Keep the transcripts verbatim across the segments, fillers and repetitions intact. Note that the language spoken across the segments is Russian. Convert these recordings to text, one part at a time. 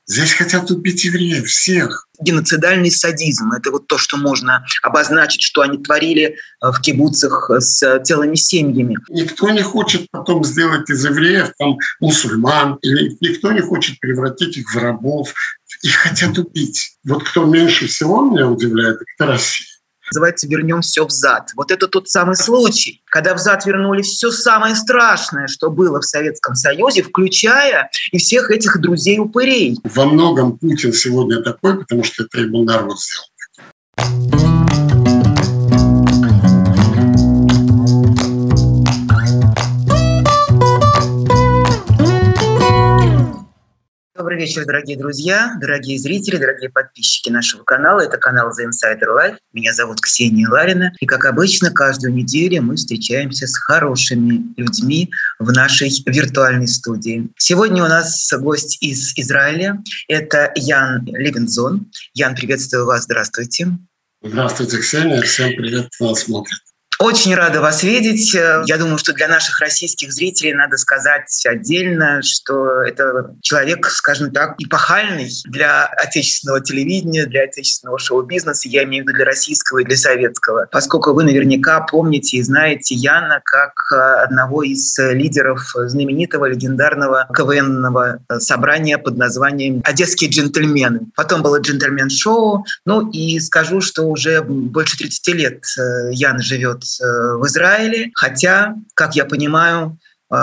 Здесь хотят убить евреев всех. Геноцидальный садизм — это вот то, что можно обозначить, что они творили в кибуцах с целыми семьями. Никто не хочет потом сделать из евреев там мусульман, или никто не хочет превратить их в рабов. Их хотят убить. Вот кто меньше всего меня удивляет, это Россия. Называется «Вернем все взад». Вот это тот самый случай, когда взад вернули все самое страшное, что было в Советском Союзе, включая и всех этих друзей-упырей. Во многом Путин сегодня такой, потому что это его народ сделал. Добрый вечер, дорогие друзья, дорогие зрители, дорогие подписчики нашего канала. Это канал The Insider Life. Меня зовут Ксения Ларина. И, как обычно, каждую неделю мы встречаемся с хорошими людьми в нашей виртуальной студии. Сегодня у нас гость из Израиля. Это Ян Левинзон. Ян, приветствую вас. Здравствуйте. Здравствуйте, Ксения. Всем привет, кто нас смотрит. Очень рада вас видеть. Я думаю, что для наших российских зрителей надо сказать отдельно, что это человек, скажем так, эпохальный для отечественного телевидения, для отечественного шоу-бизнеса, я имею в виду для российского и для советского, поскольку вы наверняка помните и знаете Яна как одного из лидеров знаменитого легендарного КВНного собрания под названием «Одесские джентльмены». Потом было «Джентльмен-шоу». Ну и скажу, что уже больше тридцати лет Ян живет в Израиле, хотя, как я понимаю,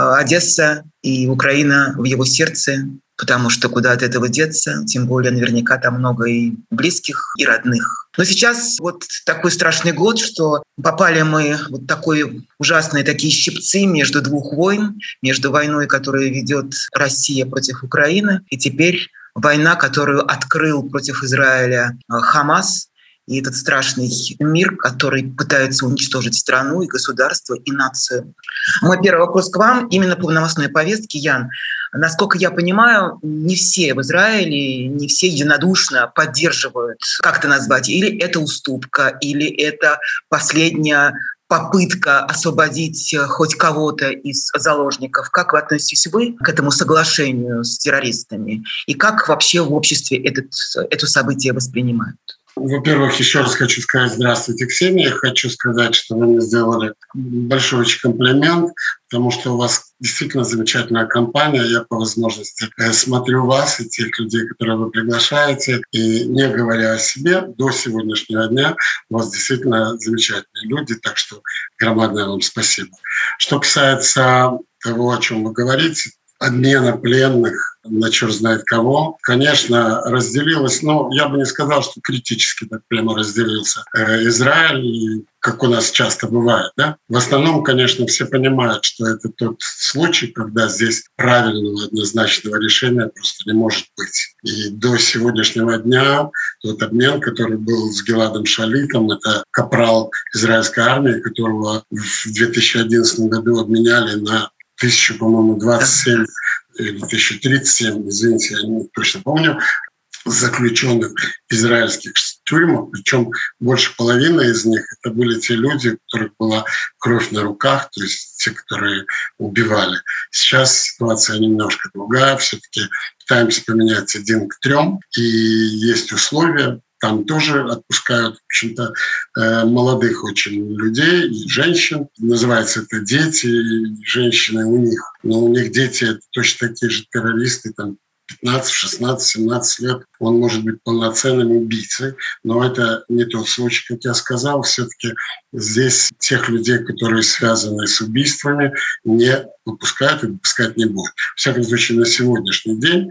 Одесса и Украина в его сердце, потому что куда от этого деться, тем более наверняка там много и близких, и родных. Но сейчас вот такой страшный год, что попали мы в вот такой ужасные такие щипцы между двух войн, между войной, которую ведет Россия против Украины, и теперь война, которую открыл против Израиля Хамас, и этот страшный мир, который пытается уничтожить страну и государство, и нацию. Мой первый вопрос к вам именно по новостной повестке, Ян. Насколько я понимаю, не все в Израиле, не все единодушно поддерживают, как это назвать, или это уступка, или это последняя попытка освободить хоть кого-то из заложников. Как вы относитесь вы к этому соглашению с террористами? И как вообще в обществе этот, это событие воспринимают? Во-первых, еще раз хочу сказать здравствуйте, Ксения. Я хочу сказать, что вы мне сделали большой очень комплимент, потому что у вас действительно замечательная компания. Я по возможности смотрю вас и тех людей, которые вы приглашаете. И не говоря о себе, до сегодняшнего дня у вас действительно замечательные люди. Так что громадное вам спасибо. Что касается того, о чем вы говорите, обмена пленных на черт знает кого, конечно, разделилось, но я бы не сказал, что критически так прямо разделился Израиль, как у нас часто бывает. Да? В основном, конечно, все понимают, что это тот случай, когда здесь правильного однозначного решения просто не может быть. И до сегодняшнего дня тот обмен, который был с Гиладом Шалитом, это капрал израильской армии, которого в две тысячи одиннадцатом году обменяли на тысячу, по-моему, двадцать семь или тысячу тридцать семь, извините, я не точно помню, заключенных израильских тюрьмах, причем больше половины из них это были те люди, у которых была кровь на руках, то есть те, которые убивали. Сейчас ситуация немножко другая, все-таки пытаемся поменять один к трем, и есть условия. Там тоже отпускают, в общем-то, молодых очень людей и женщин. Называется это дети, и женщины у них. Но у них дети — это точно такие же террористы, там пятнадцать, шестнадцать, семнадцать лет. Он может быть полноценным убийцей, но это не тот случай, как я сказал. Все-таки здесь тех людей, которые связаны с убийствами, не выпускают и выпускать не будут. В всяком случае, на сегодняшний день.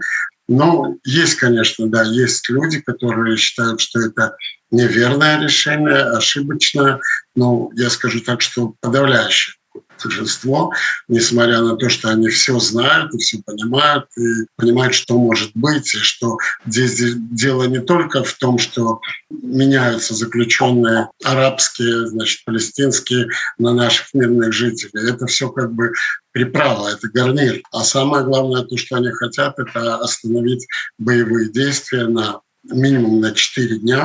Но есть, конечно, да, есть люди, которые считают, что это неверное решение, ошибочное. Но я скажу так, что подавляющее большинство, несмотря на то, что они все знают и все понимают, и понимают, что может быть, и что здесь дело не только в том, что меняются заключенные арабские, значит, палестинские на наших мирных жителей. Это все как бы приправа, это гарнир. А самое главное, то, что они хотят, это остановить боевые действия на минимум на четыре дня,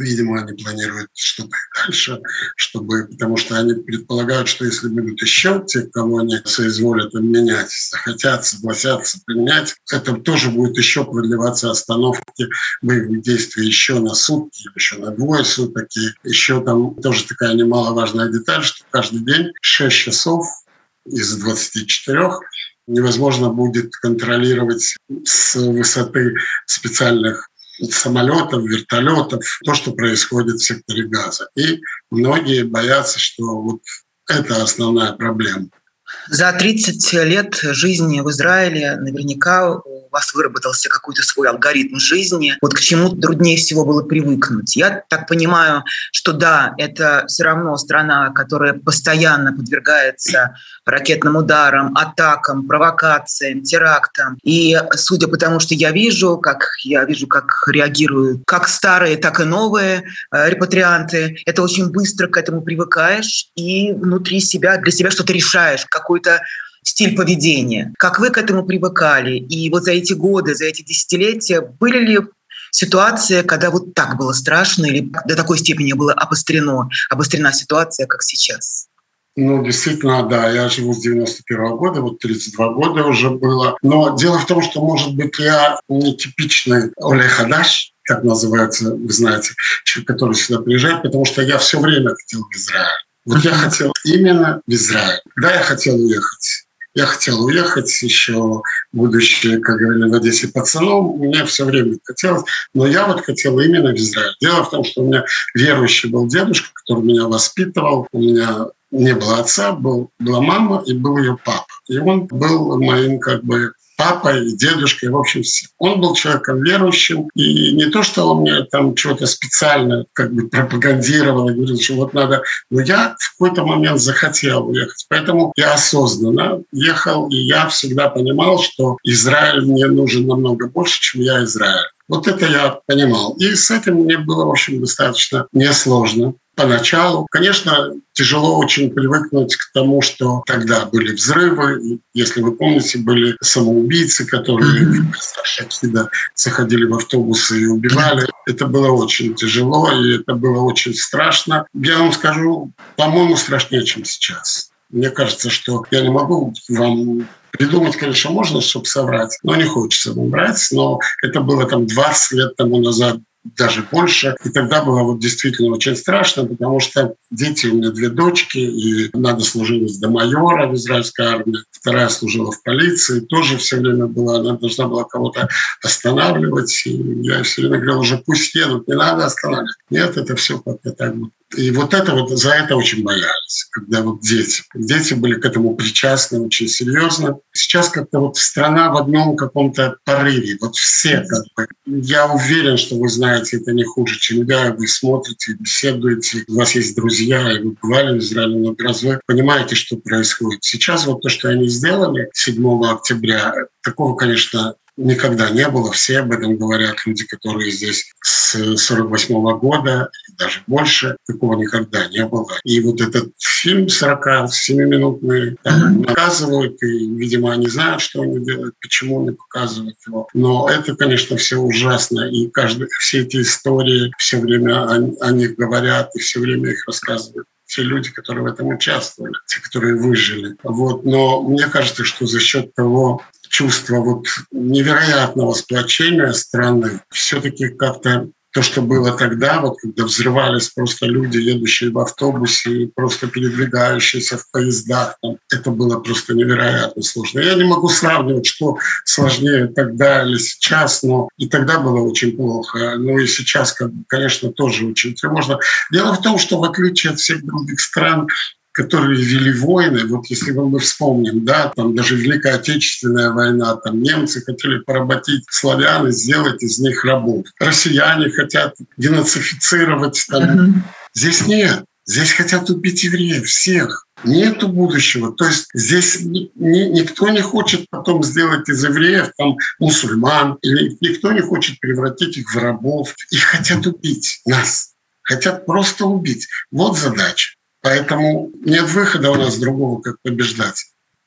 Видимо, они планируют что-то дальше, чтобы, потому что они предполагают, что если будут еще те, кого они соизволят менять, захотят, согласятся принять, это тоже будет еще продлеваться остановки боевых действий еще на сутки, еще на двое суток. И еще там тоже такая немаловажная деталь, что каждый день шесть часов из двадцати четырёх невозможно будет контролировать с высоты специальных самолетов, вертолетов, то, что происходит в секторе Газа. И многие боятся, что вот это основная проблема. За тридцать лет жизни в Израиле наверняка у вас выработался какой-то свой алгоритм жизни. Вот к чему труднее всего было привыкнуть. Я так понимаю, что да, это все равно страна, которая постоянно подвергается ракетным ударам, атакам, провокациям, терактам. И судя по тому, что я вижу, как я вижу, как реагируют как старые, так и новые э, репатрианты, это очень быстро к этому привыкаешь и внутри себя, для себя что-то решаешь, какой-то стиль поведения. Как вы к этому привыкали? И вот за эти годы, за эти десятилетия были ли ситуации, когда вот так было страшно или до такой степени было обострено, обострена ситуация, как сейчас? Ну, действительно, да, я живу с девяносто первого года, вот тридцать два года уже было. Но дело в том, что, может быть, я не типичный Оле Хадаш, как называется, вы знаете, человек, который сюда приезжает, потому что я все время хотел в Израиль. Вот я хотел именно в Израиль. Да, я хотел уехать. Я хотел уехать еще, будучи, как говорили в Одессе, пацаном. Мне все время хотелось. Но я вот хотел именно в Израиль. Дело в том, что у меня верующий был дедушка, который меня воспитывал. У меня не было отца, был, была мама и был ее папа. И он был моим как бы папой и дедушкой, в общем, все. Он был человеком верующим, и не то, что он мне там что-то специально как бы пропагандировал и говорил, что вот надо... Но я в какой-то момент захотел уехать, поэтому я осознанно ехал, и я всегда понимал, что Израиль мне нужен намного больше, чем я Израиль. Вот это я понимал. И с этим мне было, в общем, достаточно несложно. Поначалу, конечно, тяжело очень привыкнуть к тому, что тогда были взрывы. Если вы помните, были самоубийцы, которые mm-hmm. в Шахида заходили в автобусы и убивали. Это было очень тяжело, и это было очень страшно. Я вам скажу, по-моему, страшнее, чем сейчас. Мне кажется, что я не могу вам придумать, конечно, можно, чтобы соврать, но не хочется вам врать. Но это было там двадцать лет тому назад, даже больше. И тогда было вот действительно очень страшно, потому что дети, у меня две дочки, и надо служить до майора в израильской армии, вторая служила в полиции, тоже все время была, она должна была кого-то останавливать. И я все время говорил, уже пусть едут, не надо останавливать. Нет, это все как-то так вот. И вот это вот, за это очень боялись, когда вот дети. Дети были к этому причастны очень серьезно. Сейчас как-то вот страна в одном каком-то порыве. Вот все как бы. Я уверен, что вы знаете, это не хуже, чем я. Вы смотрите, беседуете, у вас есть друзья, и вы бывали в Израиле много раз. Вы понимаете, что происходит. Сейчас вот то, что они сделали седьмого октября, такого, конечно, никогда не было. Все об этом говорят, люди, которые здесь с сорок восьмого года, и даже больше, такого никогда не было. И вот этот фильм сорокасемиминутный там показывают, и, видимо, они знают, что они делают, почему они показывают его. Но это, конечно, все ужасно. И каждый, все эти истории все время о, о них говорят, и все время их рассказывают те люди, которые в этом участвовали, те, которые выжили. Вот. Но мне кажется, что за счет того чувства вот невероятного сплочения страны, все-таки как-то то, что было тогда, вот когда взрывались просто люди, едущие в автобусе, просто передвигающиеся в поездах, там, это было просто невероятно сложно. Я не могу сравнивать, что сложнее тогда или сейчас, но и тогда было очень плохо. Ну и сейчас, конечно, тоже очень тревожно. Дело в том, что в отличие от всех других стран, которые вели войны, вот если мы вспомним, да, там даже Великая Отечественная война, там немцы хотели поработить славян и сделать из них рабов. Россияне хотят денацифицировать. Там. Mm-hmm. Здесь нет. Здесь хотят убить евреев всех. Нету будущего. То есть здесь ни, ни, никто не хочет потом сделать из евреев там, мусульман, или никто не хочет превратить их в рабов. Их хотят убить, нас. Хотят просто убить. Вот задача. Поэтому нет выхода у нас другого, как побеждать.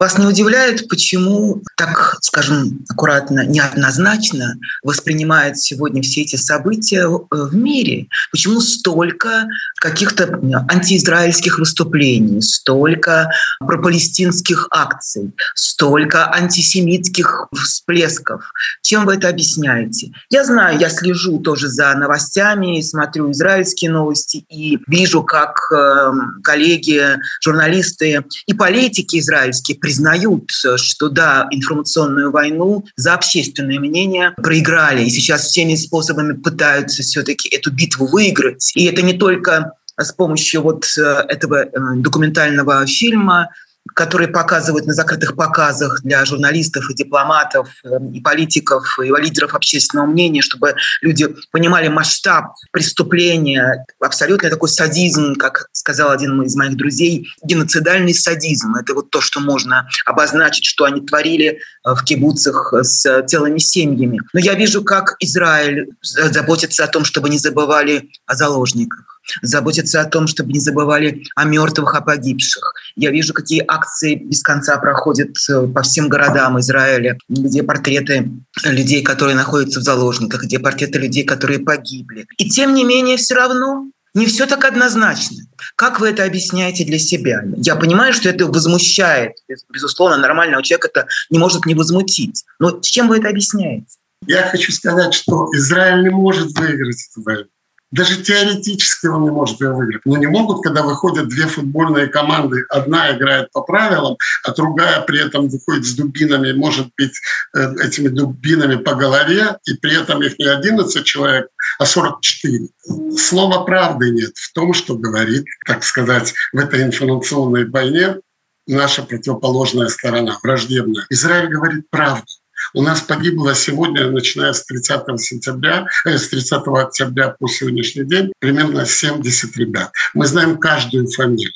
Вас не удивляет, почему так, скажем, аккуратно, неоднозначно воспринимают сегодня все эти события в мире? Почему столько каких-то антиизраильских выступлений, столько пропалестинских акций, столько антисемитских всплесков? Чем вы это объясняете? Я знаю, я слежу тоже за новостями, смотрю израильские новости и вижу, как э, коллеги, журналисты и политики израильские признают, что да, информационную войну за общественное мнение проиграли. И сейчас всеми способами пытаются все-таки эту битву выиграть. И это не только с помощью вот этого документального фильма, которые показывают на закрытых показах для журналистов и дипломатов, и политиков, и лидеров общественного мнения, чтобы люди понимали масштаб преступления, абсолютно такой садизм, как сказал один из моих друзей, геноцидальный садизм. Это вот то, что можно обозначить, что они творили в кибуцах с целыми семьями. Но я вижу, как Израиль заботится о том, чтобы не забывали о заложниках, заботиться о том, чтобы не забывали о мертвых, о погибших. Я вижу, какие акции без конца проходят по всем городам Израиля, где портреты людей, которые находятся в заложниках, где портреты людей, которые погибли. И тем не менее, все равно не все так однозначно. Как вы это объясняете для себя? Я понимаю, что это возмущает. Безусловно, нормального человека это не может не возмутить. Но с чем вы это объясняете? Я хочу сказать, что Израиль не может выиграть эту войну. Даже теоретически он не может ее выиграть. Но не могут, когда выходят две футбольные команды. Одна играет по правилам, а другая при этом выходит с дубинами, может быть, этими дубинами по голове, и при этом их не одиннадцать человек, а сорок четыре. Слова правды нет в том, что говорит, так сказать, в этой информационной войне наша противоположная сторона, враждебная. Израиль говорит правду. У нас погибло сегодня, начиная с тридцатого сентября, э, с тридцатого октября по сегодняшний день, примерно семьдесят ребят. Мы знаем каждую фамилию,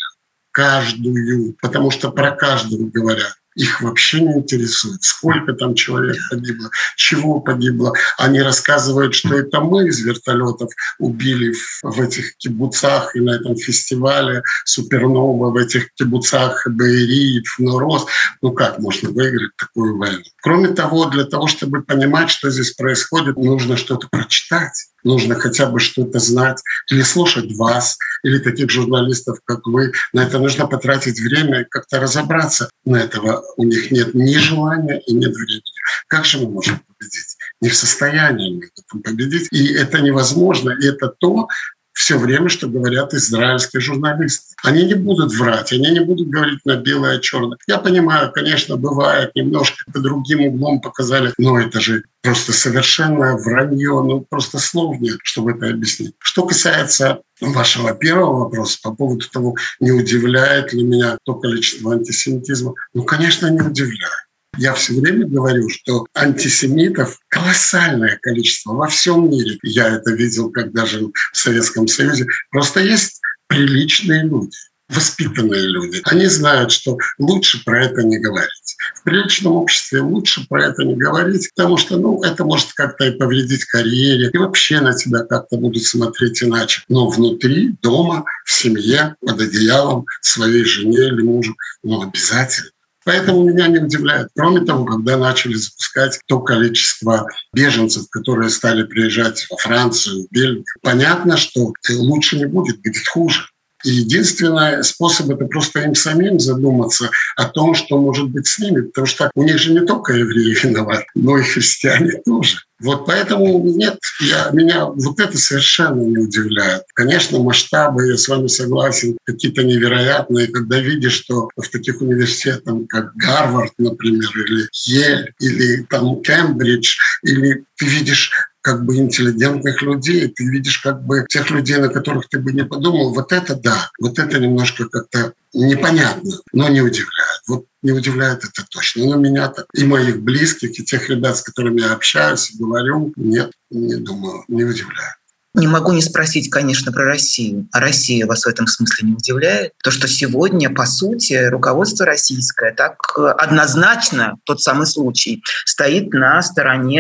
каждую, потому что про каждого говорят. Их вообще не интересует, сколько там человек погибло, чего погибло. Они рассказывают, что это мы из вертолетов убили в, в этих кибуцах и на этом фестивале Супернова, в этих кибуцах Беэри, Фнорос. Ну как можно выиграть такую войну? Кроме того, для того, чтобы понимать, что здесь происходит, нужно что-то прочитать. Нужно хотя бы что-то знать или слушать вас, или таких журналистов, как вы. На это нужно потратить время и как-то разобраться. На этого у них нет ни желания и нет времени. Как же мы можем победить? Не в состоянии мы этом победить. И это невозможно. И это то, все время, что говорят израильские журналисты. Они не будут врать, они не будут говорить на белое, черное. Я понимаю, конечно, бывает, немножко под другим углом показали, но это же просто совершенное вранье, ну просто слов нет, чтобы это объяснить. Что касается вашего первого вопроса по поводу того, не удивляет ли меня то количество антисемитизма, ну, конечно, не удивляет. Я все время говорю, что антисемитов колоссальное количество во всем мире. Я это видел, когда жил в Советском Союзе. Просто есть приличные люди, воспитанные люди. Они знают, что лучше про это не говорить. В приличном обществе лучше про это не говорить, потому что ну, это может как-то и повредить карьере, и вообще на тебя как-то будут смотреть иначе. Но внутри, дома, в семье, под одеялом, своей жене или мужу, ну, обязательно. Поэтому меня не удивляет. Кроме того, когда начали запускать то количество беженцев, которые стали приезжать во Францию, в Бельгию, понятно, что лучше не будет, будет хуже. И единственный способ — это просто им самим задуматься о том, что может быть с ними, потому что у них же не только евреи виноваты, но и христиане тоже. Вот поэтому нет, я, меня вот это совершенно не удивляет. Конечно, масштабы, я с вами согласен, какие-то невероятные, когда видишь, что в таких университетах, как Гарвард, например, или Йель, или там Кембридж, или ты видишь как бы интеллигентных людей, ты видишь как бы тех людей, на которых ты бы не подумал. Вот это да, вот это немножко как-то непонятно, но не удивляет. Вот не удивляет это точно. Но меня-то и моих близких, и тех ребят, с которыми я общаюсь и говорю, нет, не думаю, не удивляет. Не могу не спросить, конечно, про Россию. А Россия вас в этом смысле не удивляет? То, что сегодня, по сути, руководство российское так однозначно, тот самый случай, стоит на стороне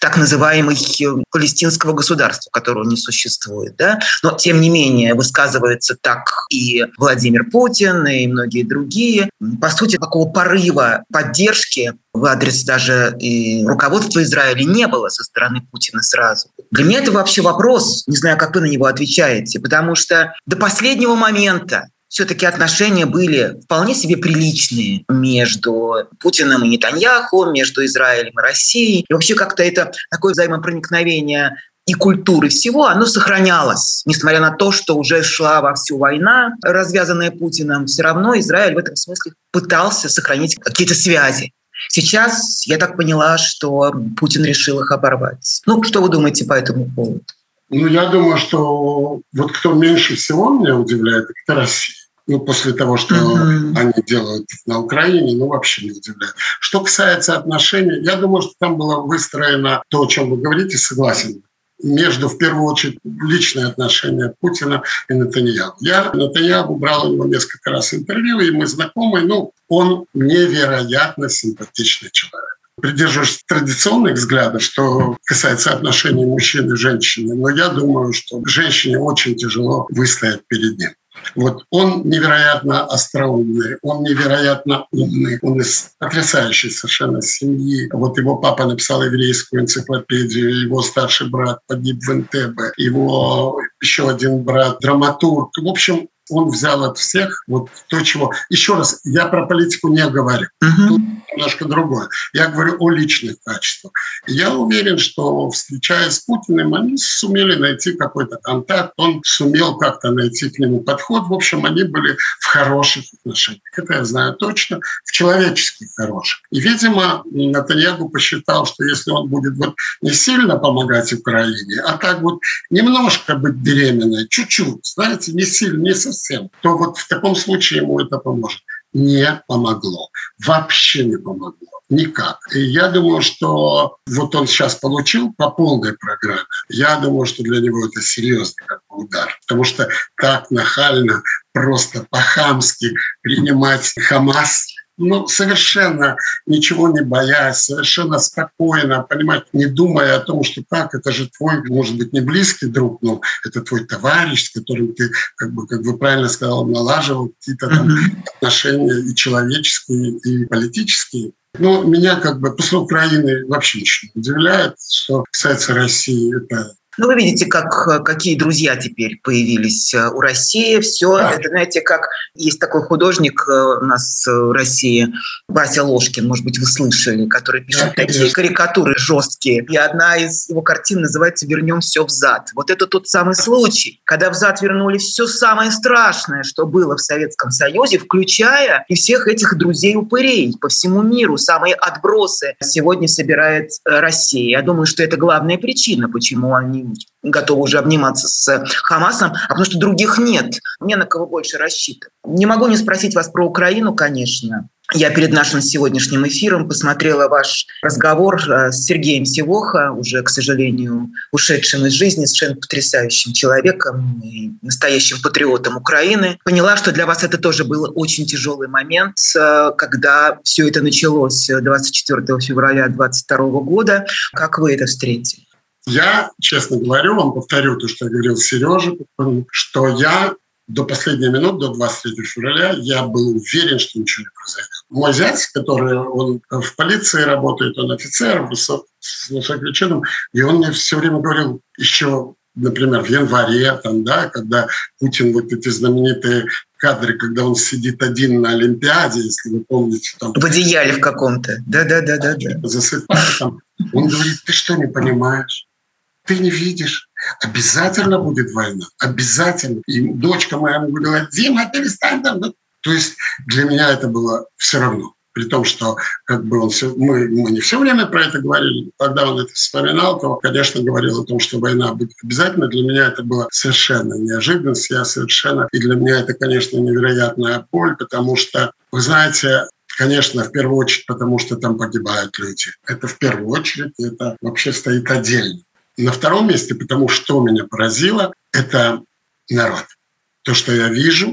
так называемой палестинского государства, которого не существует. Да? Но, тем не менее, высказывается так и Владимир Путин, и многие другие. По сути, такого порыва поддержки в адрес даже и руководства Израиля не было со стороны Путина сразу. Для меня это вообще вопрос, не знаю, как вы на него отвечаете, потому что до последнего момента все-таки отношения были вполне себе приличные между Путиным и Нетаньяху, между Израилем и Россией. И вообще как-то это такое взаимопроникновение и культуры всего, оно сохранялось. Несмотря на то, что уже шла вовсю война, развязанная Путиным, все равно Израиль в этом смысле пытался сохранить какие-то связи. Сейчас я так поняла, что Путин решил их оборвать. Ну, что вы думаете по этому поводу? Ну, я думаю, что вот кто меньше всего меня удивляет, это Россия. Ну, после того, что uh-huh. они делают на Украине, ну, вообще не удивляет. Что касается отношений, я думаю, что там было выстроено то, о чем вы говорите, согласен. Между, в первую очередь, личные отношения Путина и Нетаньяху. Я Нетаньяху брал у него несколько раз интервью, и мы знакомы. Ну, он невероятно симпатичный человек. Придерживаюсь традиционных взглядов, что касается отношений мужчины и женщины, но я думаю, что женщине очень тяжело выстоять перед ним. Вот он невероятно остроумный, он невероятно умный, он из потрясающей совершенно семьи. Вот его папа написал еврейскую энциклопедию, его старший брат погиб в Энтебе, его еще один брат драматург. В общем, он взял от всех вот то, чего... Еще раз, я про политику не говорю. Uh-huh. Тут немножко другое. Я говорю о личных качествах. Я уверен, что, встречаясь с Путиным, они сумели найти какой-то контакт, он сумел как-то найти к нему подход. В общем, они были в хороших отношениях. Это я знаю точно, в человеческих хороших. И, видимо, Нетаньяху посчитал, что если он будет вот не сильно помогать Украине, а так вот немножко быть беременной, чуть-чуть, знаете, не сильно, не совсем, то вот в таком случае ему это поможет. Не помогло. Вообще не помогло. Никак. И я думаю, что вот он сейчас получил по полной программе. Я думаю, что для него это серьезный как бы удар. Потому что так нахально, просто по-хамски принимать Хамас, ну, совершенно ничего не боясь, совершенно спокойно, понимать, не думая о том, что так, это же твой, может быть, не близкий друг, но это твой товарищ, с которым ты, как бы, как вы правильно сказал, налаживал какие-то там mm-hmm. отношения и человеческие, и политические. Но меня, как бы, после Украины вообще ничего не удивляет. Что касается России, это... Ну, вы видите, как, какие друзья теперь появились у России. Все, да. Это, знаете, как есть такой художник у нас в России, Вася Ложкин, может быть, вы слышали, который пишет да, такие конечно. Карикатуры жесткие. И одна из его картин называется «Вернем все взад». Вот это тот самый случай, когда взад вернули все самое страшное, что было в Советском Союзе, включая и всех этих друзей-упырей по всему миру. Самые отбросы сегодня собирает Россия. Я думаю, что это главная причина, почему они готовы уже обниматься с Хамасом, а потому что других нет. Не на кого больше рассчитывать. Не могу не спросить вас про Украину, конечно. Я перед нашим сегодняшним эфиром посмотрела ваш разговор с Сергеем Сивохо, уже, к сожалению, ушедшим из жизни, совершенно потрясающим человеком и настоящим патриотом Украины. Поняла, что для вас это тоже был очень тяжелый момент, когда все это началось двадцать четвёртого февраля двадцать второго года. Как вы это встретили? Я, честно говорю, вам повторю то, что я говорил Сереже, что я до последней минуты, до двадцать третьего февраля, я был уверен, что ничего не произойдет. Мой зять, который он в полиции работает, он офицер высок, с высоким чином, и он мне все время говорил еще, например, в январе, там, да, когда Путин, вот эти знаменитые кадры, когда он сидит один на Олимпиаде, если вы помните. Там, в одеяле в каком-то. Да-да-да. Засыпает там. Он говорит, ты что, не понимаешь? Ты не видишь. Обязательно будет война. Обязательно. И дочка моя ему говорила, Дима, перестань там. То есть для меня это было все равно. При том, что как бы он все, мы, мы не все время про это говорили. Когда он это вспоминал, то, конечно, говорил о том, что война будет обязательно. Для меня это была совершенно неожиданность. Я совершенно... И для меня это, конечно, невероятная боль, потому что, вы знаете, конечно, в первую очередь, потому что там погибают люди. Это в первую очередь, это вообще стоит отдельно. На втором месте, потому что меня поразило, это народ. То, что я вижу,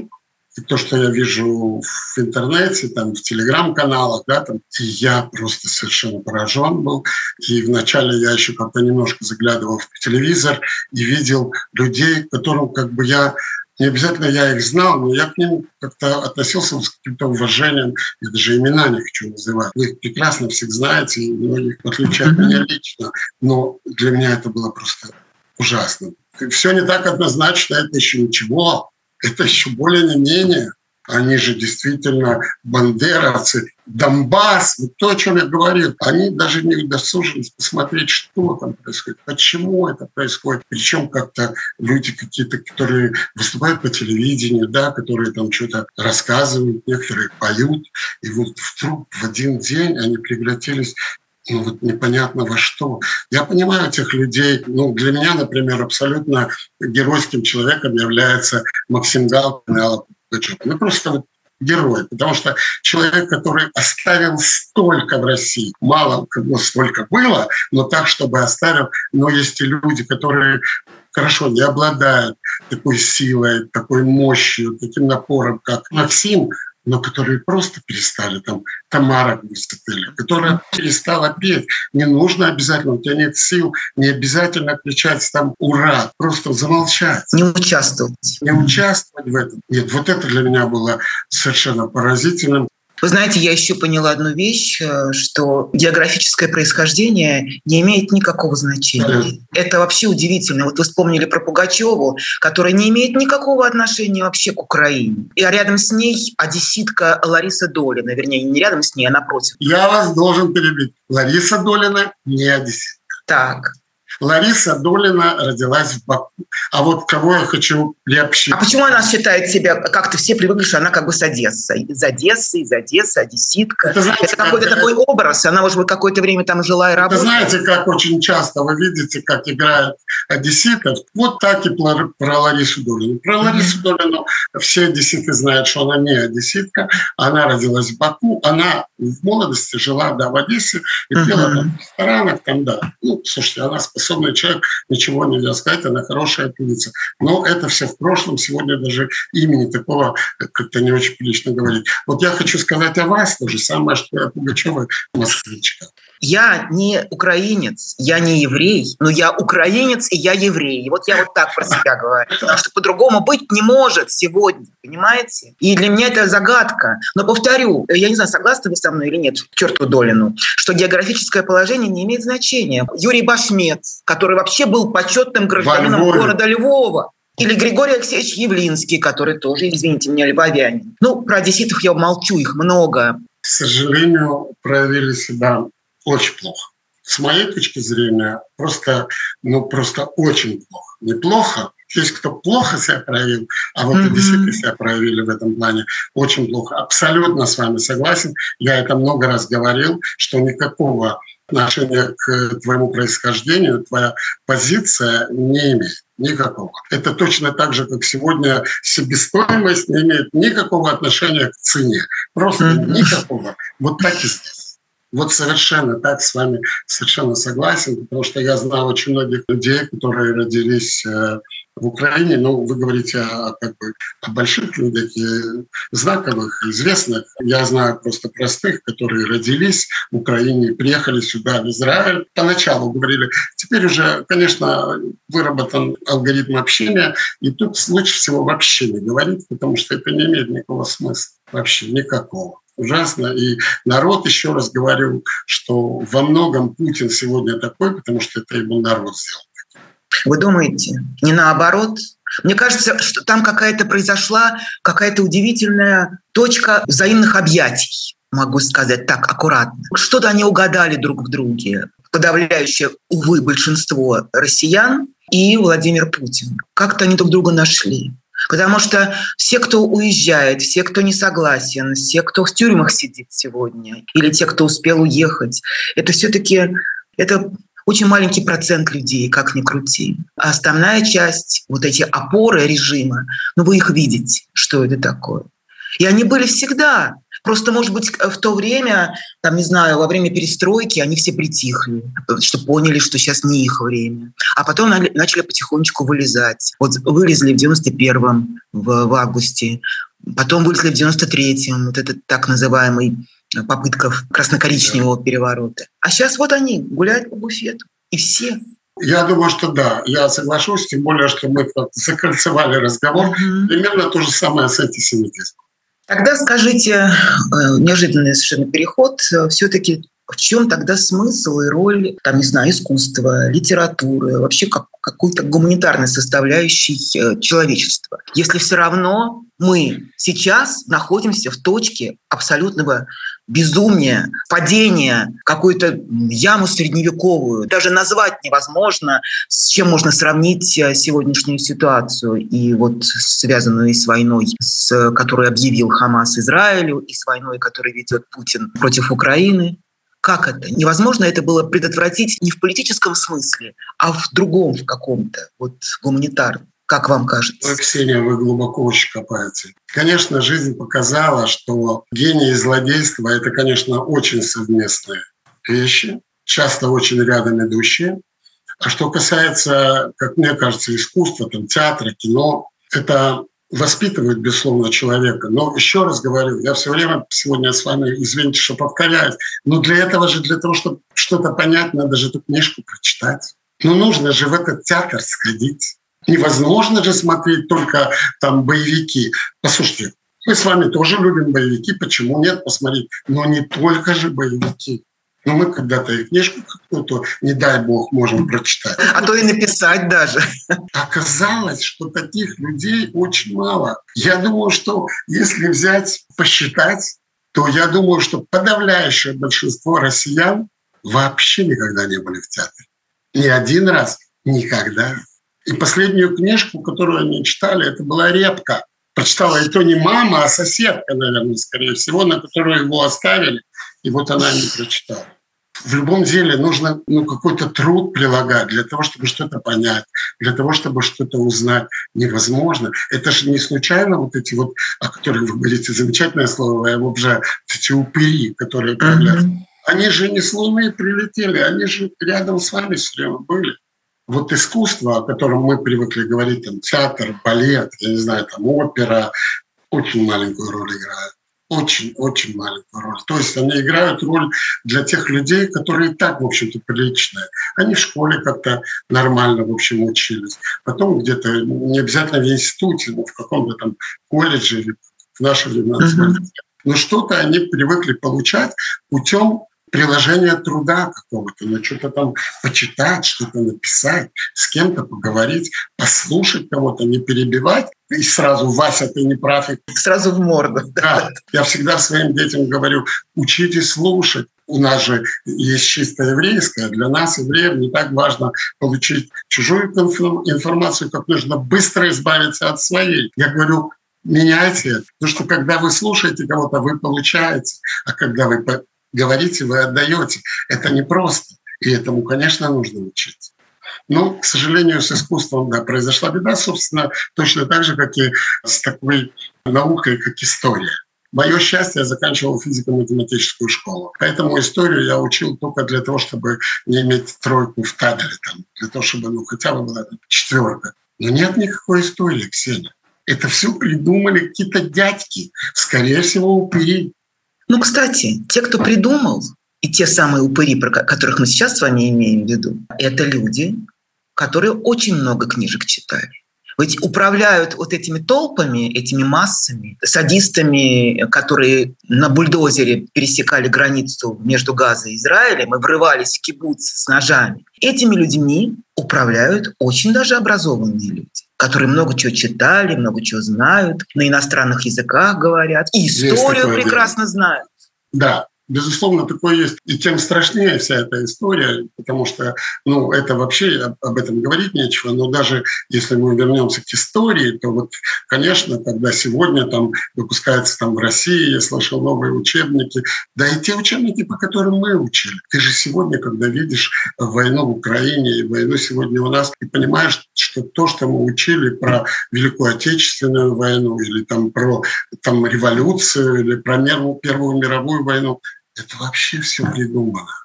И то, что я вижу в интернете, там, в телеграм-каналах, да, там, и я просто совершенно поражен был. И вначале я еще как-то немножко заглядывал в телевизор и видел людей, которым как бы я... Не обязательно я их знал, но я к ним как-то относился с каким-то уважением. Я даже имена не хочу называть. Вы их прекрасно всех знаете, и многих, в отличие от меня лично. Но для меня это было просто ужасно. Все не так однозначно, это еще ничего. Это еще более не менее. Они же действительно бандеровцы, Донбасс, вот то, о чем я говорил. Они даже не удосужились посмотреть, что там происходит, почему это происходит. Причем как-то люди какие-то, которые выступают по телевидению, да, которые там что-то рассказывают, некоторые поют. И вот вдруг в один день они превратились ну вот непонятно во что. Я понимаю этих людей. Ну, для меня, например, абсолютно геройским человеком является Максим Галкин и Алла Пугачева. Ну, просто вот герой, потому что человек, который оставил столько в России, мало кого столько было, но так, чтобы оставил, но есть и люди, которые хорошо не обладают такой силой, такой мощью, таким напором, как Максим, но которые просто перестали, там, Тамара выступили, которая перестала петь. Не нужно обязательно, у тебя нет сил, не обязательно кричать там «Ура!», просто замолчать. Не участвовать. Не участвовать в этом. Нет, вот это для меня было совершенно поразительным. Вы знаете, я еще поняла одну вещь, что географическое происхождение не имеет никакого значения. Да. Это вообще удивительно. Вот вы вспомнили про Пугачеву, которая не имеет никакого отношения вообще к Украине. И рядом с ней одесситка Лариса Долина. Вернее, не рядом с ней, а напротив. Я вас должен перебить. Лариса Долина не одесситка. Так. Лариса Долина родилась в Баку. А вот кого я хочу приобщить? А почему она считает себя, как-то все привыкли, что она как бы с Одессы? Из Одессы, из Одессы, одесситка. Это, знаете, это какой-то как... такой образ. Она, может быть, какое-то время там жила и работала. Это знаете, как очень часто вы видите, как играют одесситов. Вот так и про Ларису Долину. Про mm-hmm. Ларису Долину все одесситы знают, что она не одесситка. Она родилась в Баку. Она в молодости жила, да, в Одессе и mm-hmm. пела там в ресторанах. Там, да. Ну, слушайте, она способный человек, ничего нельзя сказать, она хорошая певица. Но это все в прошлом. Сегодня даже имени такого как-то не очень прилично говорить. Вот я хочу сказать о вас то же самое, что и о Пугачевой, москвичка. Я не украинец, я не еврей, но я украинец и я еврей. И вот я вот так про себя говорю. Потому что по-другому быть не может сегодня, понимаете? И для меня это загадка. Но повторю, я не знаю, согласны вы со мной или нет, черту Долину, что географическое положение не имеет значения. Юрий Башмет, который вообще был почетным гражданином города Львова. Или Григорий Алексеевич Явлинский, который тоже, извините меня, львовянин. Ну, про одесситов я молчу, их много. К сожалению, проявили себя очень плохо. С моей точки зрения, просто, ну, просто очень плохо. Неплохо. Есть кто плохо себя проявил, а вот mm-hmm. одесситы себя проявили в этом плане очень плохо. Абсолютно с вами согласен. Я это много раз говорил, что никакого отношения к твоему происхождению твоя позиция не имеет. Никакого. Это точно так же, как сегодня себестоимость не имеет никакого отношения к цене. Просто mm-hmm. никакого. Вот так и здесь. Вот совершенно так с вами совершенно согласен, потому что я знаю очень многих людей, которые родились в Украине. Ну, вы говорите о, как бы, о больших людях, знаковых, известных. Я знаю просто простых, которые родились в Украине, приехали сюда, в Израиль. Поначалу говорили, теперь уже, конечно, выработан алгоритм общения, и тут лучше всего вообще не говорить, потому что это не имеет никакого смысла. Вообще никакого. Ужасно. И народ, еще раз говорю, что во многом Путин сегодня такой, потому что это его народ сделал. Вы думаете, не наоборот? Мне кажется, что там какая-то произошла какая-то удивительная точка взаимных объятий, могу сказать так аккуратно. Что-то они угадали друг в друге. Подавляющее, увы, большинство россиян и Владимир Путин. Как-то они друг друга нашли. Потому что все, кто уезжает, все, кто не согласен, все, кто в тюрьмах сидит сегодня, или те, кто успел уехать, это все-таки это очень маленький процент людей, как ни крути. А основная часть, вот эти опоры режима, ну вы их видите, что это такое. И они были всегда. Просто, может быть, в то время, там, не знаю, во время перестройки они все притихли, что поняли, что сейчас не их время. А потом начали потихонечку вылезать. Вот вылезли в девяносто первом, в, в августе. Потом вылезли в девяносто третьем, вот этот так называемый попытка красно-коричневого переворота. А сейчас вот они гуляют по буфету. И все. Я думаю, что да, я соглашусь, тем более, что мы закольцевали разговор. Mm-hmm. Примерно то же самое с антисемитизмом. Тогда скажите, неожиданный совершенно переход, все-таки в чем тогда смысл и роль, там, не знаю, искусства, литературы, вообще как, какой-то гуманитарной составляющей человечества, если все равно мы сейчас находимся в точке абсолютного безумия, падения, какую-то яму средневековую. Даже назвать невозможно, с чем можно сравнить сегодняшнюю ситуацию, и вот связанную и с войной, с которой объявил Хамас Израилю, и с войной, которую ведет Путин против Украины. Как это? Невозможно это было предотвратить не в политическом смысле, а в другом, в каком-то, вот гуманитарном. Как вам кажется? Вы, Ксения, вы глубоко очень копаете. Конечно, жизнь показала, что гений и злодейство – это, конечно, очень совместные вещи, часто очень рядом идущие. А что касается, как мне кажется, искусства, там, театра, кино, это воспитывает, безусловно, человека. Но еще раз говорю, я все время сегодня с вами, извините, что повторяюсь, но для этого же, для того, чтобы что-то понять, надо же эту книжку прочитать. Но нужно же в этот театр сходить. Невозможно же смотреть только там боевики. Послушайте, мы с вами тоже любим боевики, почему нет, посмотреть. Но не только же боевики. Но мы когда-то и книжку какую-то, не дай бог, можем прочитать. А то и написать даже. Оказалось, что таких людей очень мало. Я думаю, что если взять, посчитать, то я думаю, что подавляющее большинство россиян вообще никогда не были в театре. Ни один раз, никогда. И последнюю книжку, которую они читали, это была «Репка». Прочитала и то не мама, а соседка, наверное, скорее всего, на которую его оставили. И вот она не прочитала. В любом деле нужно ну, какой-то труд прилагать для того, чтобы что-то понять, для того, чтобы что-то узнать. Невозможно. Это же не случайно вот эти вот, о которых вы говорите, замечательное слово, а вот же эти упыри, которые появляются. Mm-hmm. Они же не с Луны прилетели, они же рядом с вами все время были. Вот искусство, о котором мы привыкли говорить, там, театр, балет, я не знаю, там, опера, очень маленькую роль играют. Очень-очень маленькую роль. То есть они играют роль для тех людей, которые и так, в общем-то, приличные. Они в школе как-то нормально, в общем, учились. Потом где-то, не обязательно в институте, но в каком-то там колледже или в наше время. Uh-huh. Но что-то они привыкли получать путем приложение труда какого-то, ну, что-то там почитать, что-то написать, с кем-то поговорить, послушать кого-то, не перебивать, и сразу «Вася, ты не прав». И... Сразу в морду. Да. Я всегда своим детям говорю, учитесь слушать. У нас же есть чисто еврейское. Для нас, евреев, не так важно получить чужую информацию, как нужно быстро избавиться от своей. Я говорю, меняйте это. Потому что когда вы слушаете кого-то, вы получаете. А когда вы говорите, вы отдаете. Это непросто. И этому, конечно, нужно учиться. Но, к сожалению, с искусством, да, произошла беда, собственно, точно так же, как и с такой наукой, как история. Мое счастье, я заканчивал физико-математическую школу. Поэтому историю я учил только для того, чтобы не иметь тройку в табеле, там, для того, чтобы ну, хотя бы была четверка. Но нет никакой истории, Ксения. Это все придумали какие-то дядьки, скорее всего, упыри. Ну, кстати, те, кто придумал, и те самые упыри, про которых мы сейчас с вами имеем в виду, это люди, которые очень много книжек читают. Ведь управляют вот этими толпами, этими массами, садистами, которые на бульдозере пересекали границу между Газой и Израилем и врывались в кибуц с ножами. Этими людьми управляют очень даже образованные люди, которые много чего читали, много чего знают, на иностранных языках говорят, и историю прекрасно знают. Да. Безусловно, такое есть. И тем страшнее вся эта история, потому что, ну, это вообще об этом говорить нечего. Но даже если мы вернемся к истории, то вот, конечно, когда сегодня там выпускаются там в России, я слышал, новые учебники, да и те учебники, по которым мы учили. Ты же сегодня, когда видишь войну в Украине и войну сегодня у нас, ты понимаешь, что то, что мы учили про Великую Отечественную войну или там про там, революцию или про Первую мировую войну, это вообще все придумано.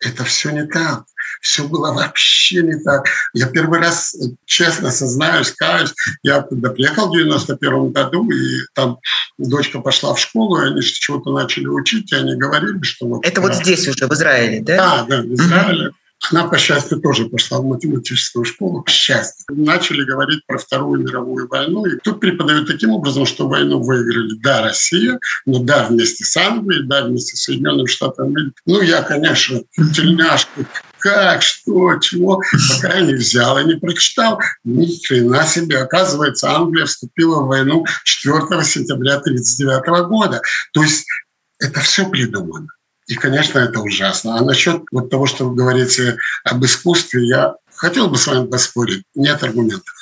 Это все не так. Все было вообще не так. Я первый раз, честно сознаюсь, каюсь, я туда приехал в девяносто первом году, и там дочка пошла в школу, и они чего-то начали учить, и они говорили, что вот... Это вот здесь уже, в Израиле, да? Да, да, в Израиле. Она, по счастью, тоже пошла в математическую школу, к счастью. Начали говорить про Вторую мировую войну. И тут преподают таким образом, что войну выиграли, да, Россия, но да, вместе с Англией, да, вместе с Соединенными Штатами. Ну, я, конечно, тельняшку, как, что, чего, пока я не взял и не прочитал. Ни хрена себе. Оказывается, Англия вступила в войну четвёртого сентября тысяча девятьсот тридцать девятого года. То есть это все придумано. И, конечно, это ужасно. А насчет вот того, что вы говорите об искусстве, я хотел бы с вами поспорить. Нет аргументов.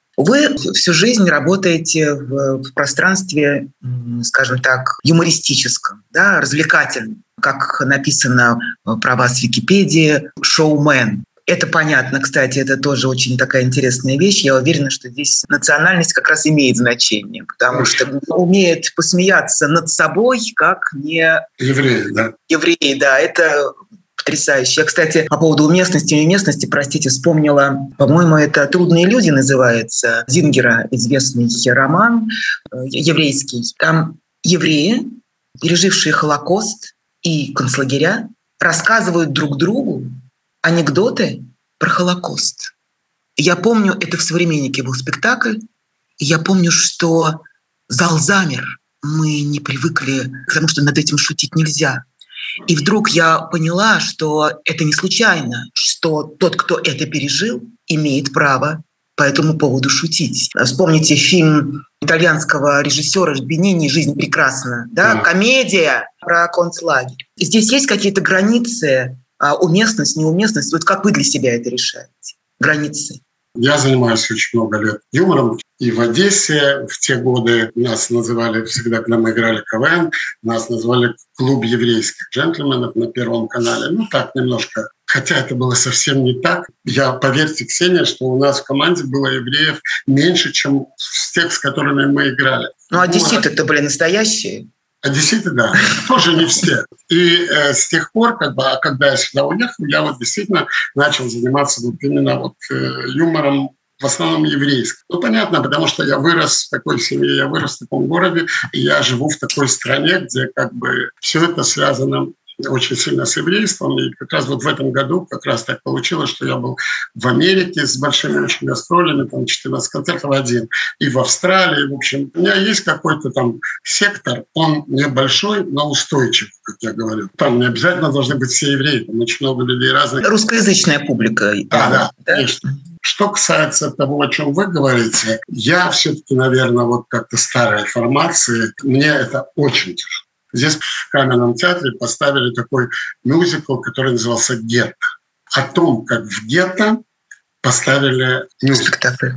Вы всю жизнь работаете в, в пространстве, скажем так, юмористическом, да, развлекательном. Как написано про вас в Википедии, шоумен. Это понятно, кстати, это тоже очень такая интересная вещь. Я уверена, что здесь национальность как раз имеет значение, потому что умеет посмеяться над собой, как не... Евреи, да. Евреи, да, это потрясающе. Я, кстати, по поводу уместности и неуместности, простите, вспомнила, по-моему, это «Трудные люди» называется, Зингера, известный роман еврейский. Там евреи, пережившие Холокост и концлагеря, рассказывают друг другу анекдоты про Холокост. Я помню, это в «Современнике» был спектакль, и я помню, что зал замер. Мы не привыкли, потому что над этим шутить нельзя. И вдруг я поняла, что это не случайно, что тот, кто это пережил, имеет право по этому поводу шутить. Вспомните фильм итальянского режиссера Бенини «Жизнь прекрасна», да? Mm. Комедия про концлагерь. И здесь есть какие-то границы, уместность, неуместность. Вот как вы для себя это решаете? Границы. Я занимаюсь очень много лет юмором. И в Одессе в те годы нас называли, всегда, когда мы играли КВН, нас называли «Клуб еврейских джентльменов» на Первом канале. Ну так, немножко. Хотя это было совсем не так. Я, поверьте, Ксения, что у нас в команде было евреев меньше, чем с тех, с которыми мы играли. Ну, одесситы-то были настоящие. Одесситы, да, тоже не все. И э, с тех пор, как бы, а когда я сюда уехал, я вот действительно начал заниматься вот именно вот э, юмором, в основном еврейским. Ну, понятно, потому что я вырос в такой семье, я вырос в таком городе, и я живу в такой стране, где как бы все это связано очень сильно с еврейством. И как раз вот в этом году как раз так получилось, что я был в Америке с большими очень гастролями, там четырнадцать концертов один, и в Австралии. В общем, у меня есть какой-то там сектор, он небольшой, но устойчивый, как я говорю. Там не обязательно должны быть все евреи, там очень много людей разных. Русскоязычная публика. Да, да, да, конечно. Что касается того, о чем вы говорите, я все-таки, наверное, вот как-то старой формации, мне это очень тяжело. Здесь в Каменном театре поставили такой мюзикл, который назывался «Гетто». О том, как в гетто поставили мюзикл. Спектакль.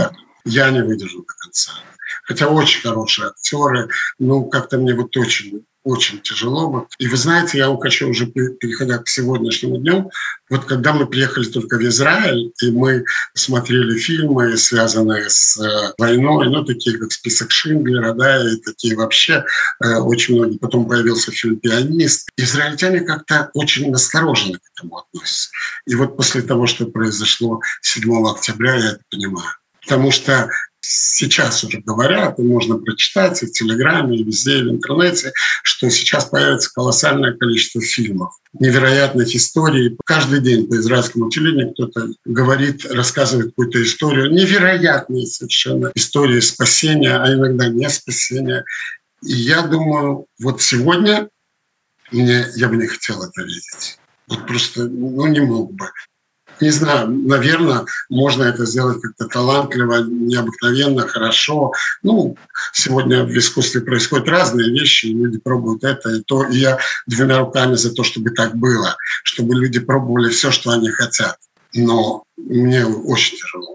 Я не выдержал до конца. Хотя очень хорошие актеры, ну, как-то мне вот очень, очень тяжело. Вот. И вы знаете, я хочу уже, переходя к сегодняшнему дню, вот когда мы приехали только в Израиль, и мы смотрели фильмы, связанные с э, войной, ну, такие как «Список Шиндлера», да, и такие вообще э, очень многие. Потом появился фильм «Пианист». Израильтяне как-то очень настороженно к этому относятся. И вот после того, что произошло седьмого октября, я это понимаю. Потому что сейчас уже говорят, и можно прочитать и в Телеграме, и везде, и в интернете, что сейчас появится колоссальное количество фильмов, невероятных историй. Каждый день по израильскому телевидению кто-то говорит, рассказывает какую-то историю, невероятные совершенно истории спасения, а иногда не спасения. И я думаю, вот сегодня мне, я бы не хотел это видеть. Вот просто, ну, не мог бы. Не знаю, наверное, можно это сделать как-то талантливо, необыкновенно, хорошо. Ну, сегодня в искусстве происходят разные вещи, и люди пробуют это и то. И я двумя руками за то, чтобы так было, чтобы люди пробовали все, что они хотят. Но мне очень тяжело.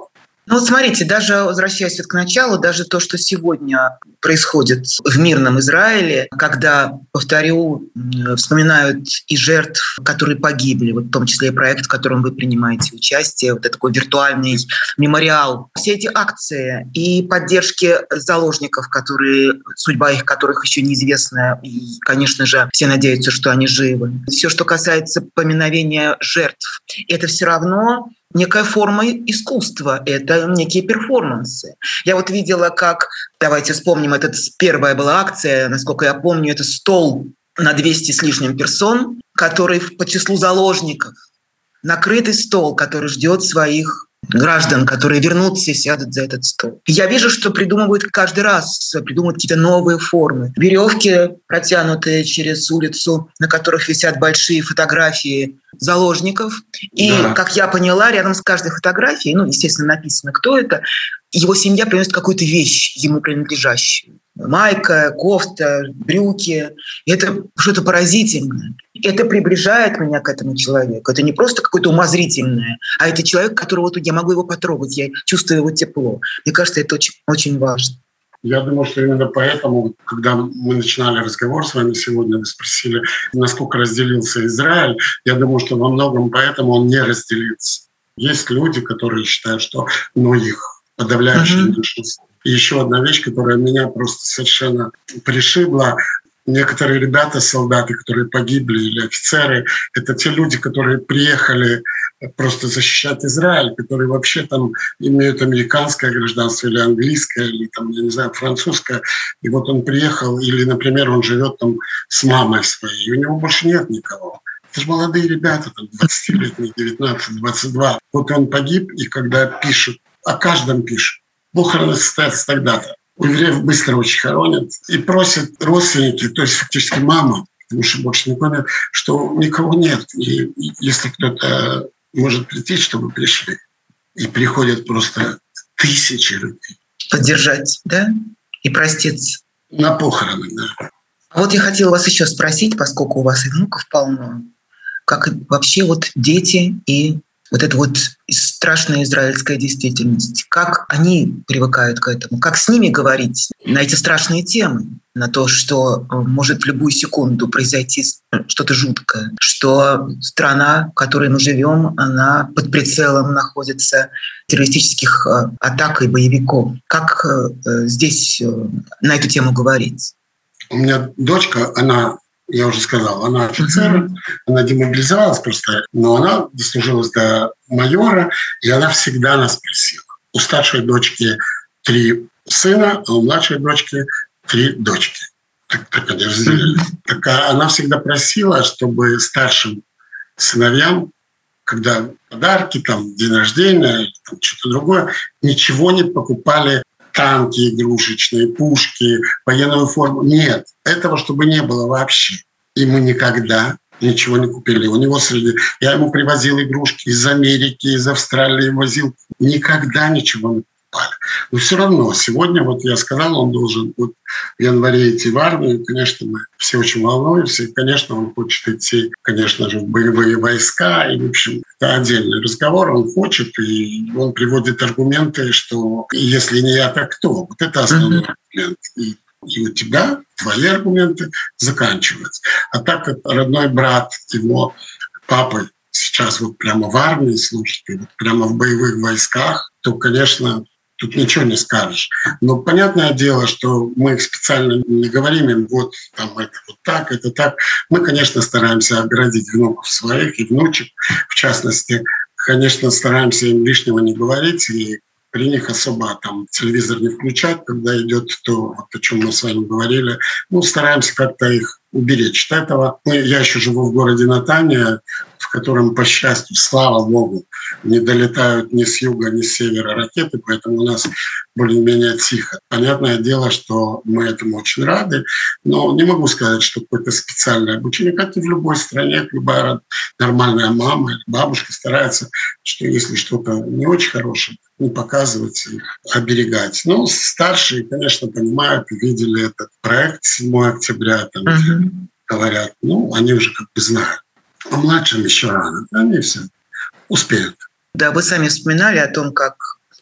Ну вот смотрите, даже возвращаясь вот к началу, даже то, что сегодня происходит в мирном Израиле, когда, повторю, вспоминают и жертв, которые погибли, вот в том числе и проект, в котором вы принимаете участие, вот это такой виртуальный мемориал. Все эти акции и поддержки заложников, которые, судьба их которых еще неизвестна, и, конечно же, все надеются, что они живы. Все, что касается поминовения жертв, это все равно некая форма искусства, это некие перформансы. Я вот видела, как, давайте вспомним, это первая была акция, насколько я помню, это стол на двести с лишним персон, который по числу заложников, накрытый стол, который ждет своих граждан, которые вернутся и сядут за этот стол. Я вижу, что придумывают каждый раз, придумывают какие-то новые формы. Веревки, протянутые через улицу, на которых висят большие фотографии заложников. И, да. Как я поняла, рядом с каждой фотографией, ну, естественно, написано, кто это, его семья приносит какую-то вещь, ему принадлежащую. Майка, кофта, брюки. И это что-то поразительное. Это приближает меня к этому человеку. Это не просто какое-то умозрительное, а это человек, которого вот я могу его потрогать, я чувствую его тепло. Мне кажется, это очень, очень важно. Я думаю, что именно поэтому, когда мы начинали разговор с вами сегодня, вы спросили, насколько разделился Израиль, я думаю, что во многом поэтому он не разделится. Есть люди, которые считают, что ну, их подавляющее большинство. И еще одна вещь, которая меня просто совершенно пришибла. Некоторые ребята, солдаты, которые погибли, или офицеры, это те люди, которые приехали просто защищать Израиль, которые вообще там имеют американское гражданство или английское, или там, я не знаю, французское. И вот он приехал, или, например, он живет там с мамой своей, и у него больше нет никого. Это же молодые ребята, там двадцатилетние, девятнадцать, двадцать два. Вот он погиб, и когда пишут, о каждом пишут, похороны состоятся тогда-то. У евреев быстро очень хоронят и просят родственники, то есть фактически мама, потому что больше никого нет, что никого нет. И если кто-то может прийти, чтобы пришли, и приходят просто тысячи людей. Поддержать, да? И проститься. На похороны, да. А вот я хотела вас еще спросить, поскольку у вас и внуков полно, как вообще вот дети и вот эта вот страшная израильская действительность, как они привыкают к этому, как с ними говорить на эти страшные темы, на то, что может в любую секунду произойти что-то жуткое, что страна, в которой мы живем, она под прицелом находится террористических атак и боевиков. Как здесь на эту тему говорить? У меня дочка, она, я уже сказал, она офицер, mm-hmm. она демобилизовалась просто, но она дослужилась до майора, и она всегда нас просила. У старшей дочки три сына, а у младшей дочки три дочки. Так, так они разделили. Mm-hmm. Так она всегда просила, чтобы старшим сыновьям, когда подарки, там, день рождения, там, что-то другое, ничего не покупали. Танки игрушечные, пушки, военную форму. Нет, этого чтобы не было вообще. И мы никогда ничего не купили. У него среди... Я ему привозил игрушки из Америки, из Австралии возил. Никогда ничего не покупали. Но все равно сегодня, вот я сказал, он должен вот в январе идти в армию. Конечно, мы все очень волнуемся. И, конечно, он хочет идти, конечно же, в боевые войска. И, в общем, это отдельный разговор. Он хочет, и он приводит аргументы, что если не я, то кто? Вот это основной mm-hmm. аргумент. И, и у тебя твои аргументы заканчиваются. А так как родной брат его папы сейчас вот прямо в армии служит, и вот прямо в боевых войсках, то, конечно, тут ничего не скажешь. Но понятное дело, что мы специально не говорим им, вот там это вот так, это так. Мы, конечно, стараемся оградить внуков своих и внучек, в частности. Конечно, стараемся им лишнего не говорить, и при них особо там телевизор не включать, когда идет то, вот, о чем мы с вами говорили. Ну, стараемся как-то их уберечь от этого. Я еще живу в городе Натания, в котором, по счастью, слава богу, не долетают ни с юга, ни с севера ракеты, поэтому у нас более-менее тихо. Понятное дело, что мы этому очень рады, но не могу сказать, что какое-то специальное обучение, как и в любой стране, любая нормальная мама или бабушка старается, что если что-то не очень хорошее, не показывать и оберегать. Ну, старшие, конечно, понимают и видели этот проект седьмого октября, там, uh-huh. говорят, ну, они уже как бы знают. А младшим еще рано, они все успеют. Да, вы сами вспоминали о том, как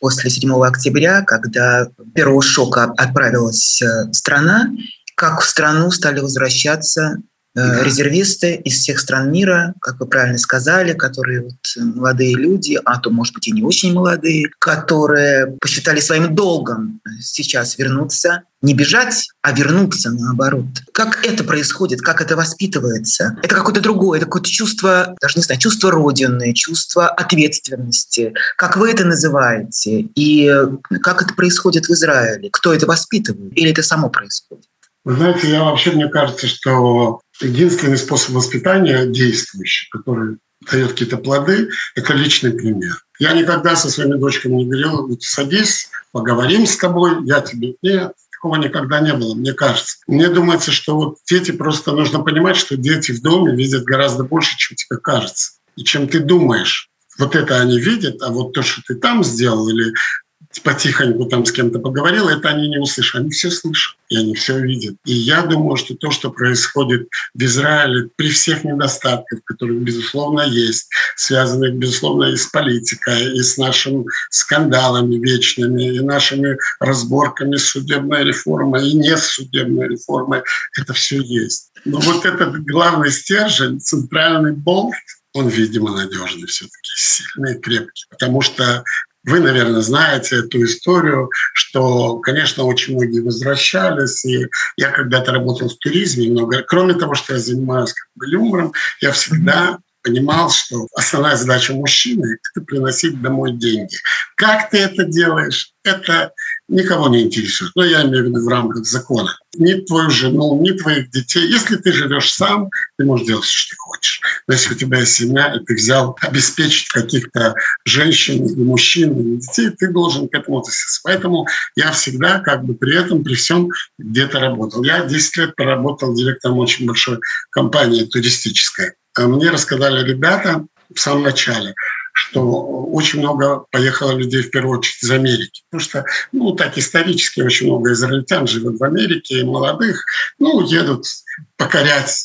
после седьмого октября, когда первого шока отправилась страна, как в страну стали возвращаться Да. резервисты из всех стран мира, как вы правильно сказали, которые вот молодые люди, а то, может быть, и не очень молодые, которые посчитали своим долгом сейчас вернуться, не бежать, а вернуться наоборот. Как это происходит, как это воспитывается? Это какое-то другое, это какое-то чувство, даже не знаю, чувство родины, чувство ответственности. Как вы это называете? И как это происходит в Израиле? Кто это воспитывает? Или это само происходит? Вы знаете, я вообще, мне кажется, что единственный способ воспитания действующий, который дает какие-то плоды, это личный пример. Я никогда со своими дочками не говорил: вот садись, поговорим с тобой, я тебе... Нет, такого никогда не было, мне кажется. Мне думается, что вот дети, просто нужно понимать, что дети в доме видят гораздо больше, чем тебе кажется. И чем ты думаешь. Вот это они видят, а вот то, что ты там сделал, или потихоньку там с кем-то поговорил, это они не услышат. Они все слышат, и они все видят. И я думаю, что то, что происходит в Израиле, при всех недостатках, которые, безусловно, есть, связанных, безусловно, и с политикой, и с нашими скандалами вечными, и нашими разборками с судебной реформой, и не с судебной реформой, это все есть. Но вот этот главный стержень, центральный болт, он, видимо, надежный все-таки, сильный и крепкий. Потому что вы, наверное, знаете эту историю, что, конечно, очень многие возвращались. И я когда-то работал в туризме много. Кроме того, что я занимаюсь как бы юмором, я всегда понимал, что основная задача мужчины – это приносить домой деньги. Как ты это делаешь, это никого не интересует. Но я имею в виду в рамках закона. Ни твою жену, ни твоих детей. Если ты живешь сам, ты можешь делать, что ты хочешь. Но если у тебя есть семья, и ты взял обеспечить каких-то женщин, и мужчин, и детей, ты должен к этому относиться. Поэтому я всегда как бы при этом, при всем где-то работал. Я десять лет проработал директором очень большой компании туристической. Мне рассказали ребята в самом начале, что очень много поехало людей, в первую очередь, из Америки. Потому что, ну, так исторически очень много израильтян живет в Америке, и молодых, ну, едут покорять.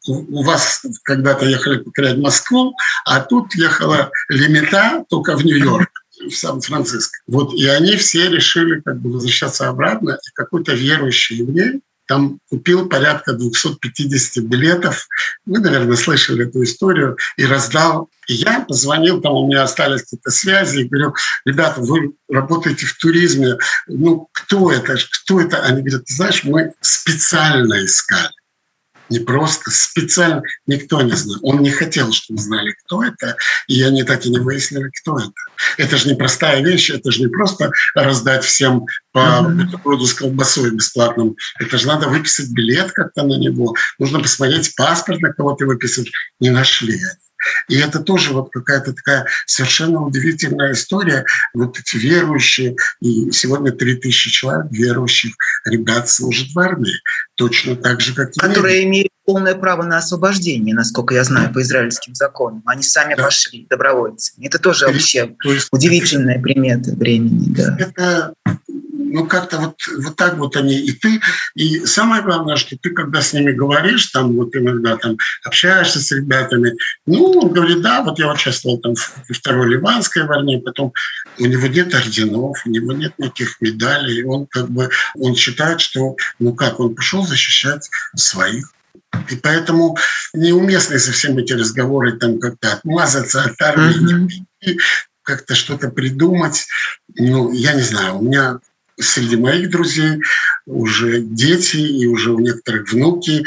У вас когда-то ехали покорять Москву, а тут ехала лимита только в Нью-Йорк, в Сан-Франциско. Вот, и они все решили как бы возвращаться обратно, и какой-то верующий еврей там купил порядка двести пятьдесят билетов. Вы, наверное, слышали эту историю. И раздал. И я позвонил, там у меня остались какие-то связи, и говорю: ребята, вы работаете в туризме. Ну, кто это? Кто это? Они говорят: ты знаешь, мы специально искали. Не просто, специально. Никто не знал. Он не хотел, чтобы знали, кто это. И они так и не выяснили, кто это. Это же не простая вещь. Это же не просто раздать всем по бутерброду с колбасой бесплатным. Это же надо выписать билет как-то на него. Нужно посмотреть паспорт, на кого ты выписываешь. Не нашли они. И это тоже вот какая-то такая совершенно удивительная история. Вот эти верующие, и сегодня три тысячи человек верующих ребят служат в армии. Точно так же, как и которые имеют полное право на освобождение, насколько я знаю, по израильским законам. Они сами да. пошли добровольцами. Это тоже вообще есть, удивительная примета времени. Да. Это... Ну, как-то вот, вот так вот они и ты. И самое главное, что ты, когда с ними говоришь, там вот иногда там общаешься с ребятами, ну, он говорит: да, вот я участвовал там во Второй Ливанской войне, потом у него нет орденов, у него нет никаких медалей, он как бы, он считает, что, ну как, он пошел защищать своих. И поэтому неуместны совсем эти разговоры, там как-то отмазаться от армии, mm-hmm. как-то что-то придумать. Ну, я не знаю, у меня среди моих друзей уже дети и уже у некоторых внуки,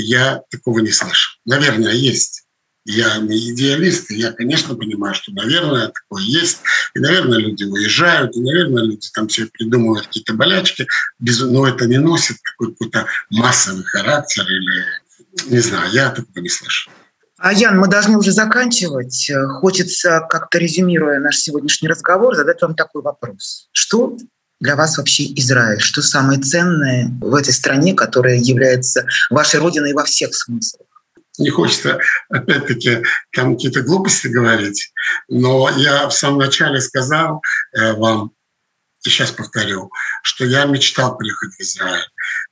я такого не слышал. Наверное, есть. Я не идеалист, и я, конечно, понимаю, что, наверное, такое есть. И, наверное, люди уезжают, и, наверное, люди там все придумывают какие-то болячки, но это не носит какой-то массовый характер или, не знаю, я такого не слышу. А, Ян, мы должны уже заканчивать. Хочется, как-то резюмируя наш сегодняшний разговор, задать вам такой вопрос. Что для вас вообще Израиль? Что самое ценное в этой стране, которая является вашей родиной во всех смыслах? Не хочется, опять-таки, там какие-то глупости говорить, но я в самом начале сказал э, вам, и сейчас повторю, что я мечтал приехать в Израиль.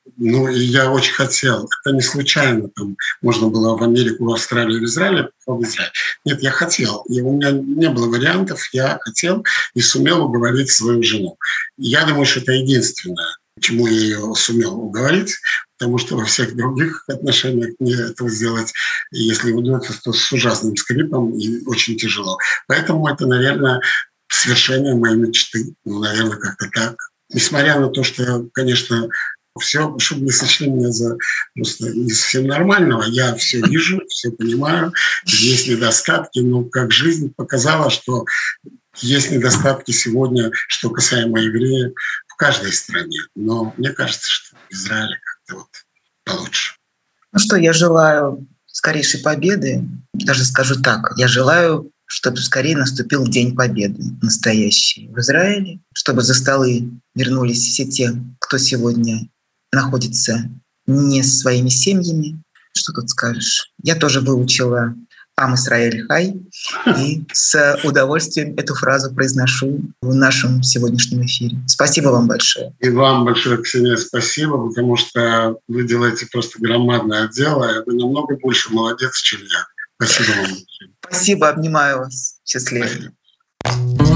Ну, и я очень хотел. Это не случайно. Там можно было в Америку, в Австралию, в Израиль, в Израиль. Нет, я хотел. И у меня не было вариантов. Я хотел и сумел уговорить свою жену. Я думаю, что это единственное, почему я ее сумел уговорить, потому что во всех других отношениях мне этого сделать, если удается, то с ужасным скрипом и очень тяжело. Поэтому это, наверное, свершение моей мечты. Ну, наверное, как-то так. Несмотря на то, что, конечно, все, чтобы не сочли меня за просто не совсем нормального, я все вижу, все понимаю, есть недостатки, но как жизнь показала, что есть недостатки сегодня, что касаемо евреев, в каждой стране. Но мне кажется, что в Израиле как-то вот получше. Ну что, я желаю скорейшей победы. Даже скажу так, я желаю, чтобы скорее наступил День Победы настоящий в Израиле, чтобы за столы вернулись все те, кто сегодня находится не с своими семьями. Что тут скажешь? Я тоже выучила «Ам Исраэль Хай» и с удовольствием эту фразу произношу в нашем сегодняшнем эфире. Спасибо вам большое. И вам большое, Ксения, спасибо, потому что вы делаете просто громадное дело. Вы намного больше молодец, чем я. Спасибо вам большое. Спасибо, обнимаю вас. Счастливо.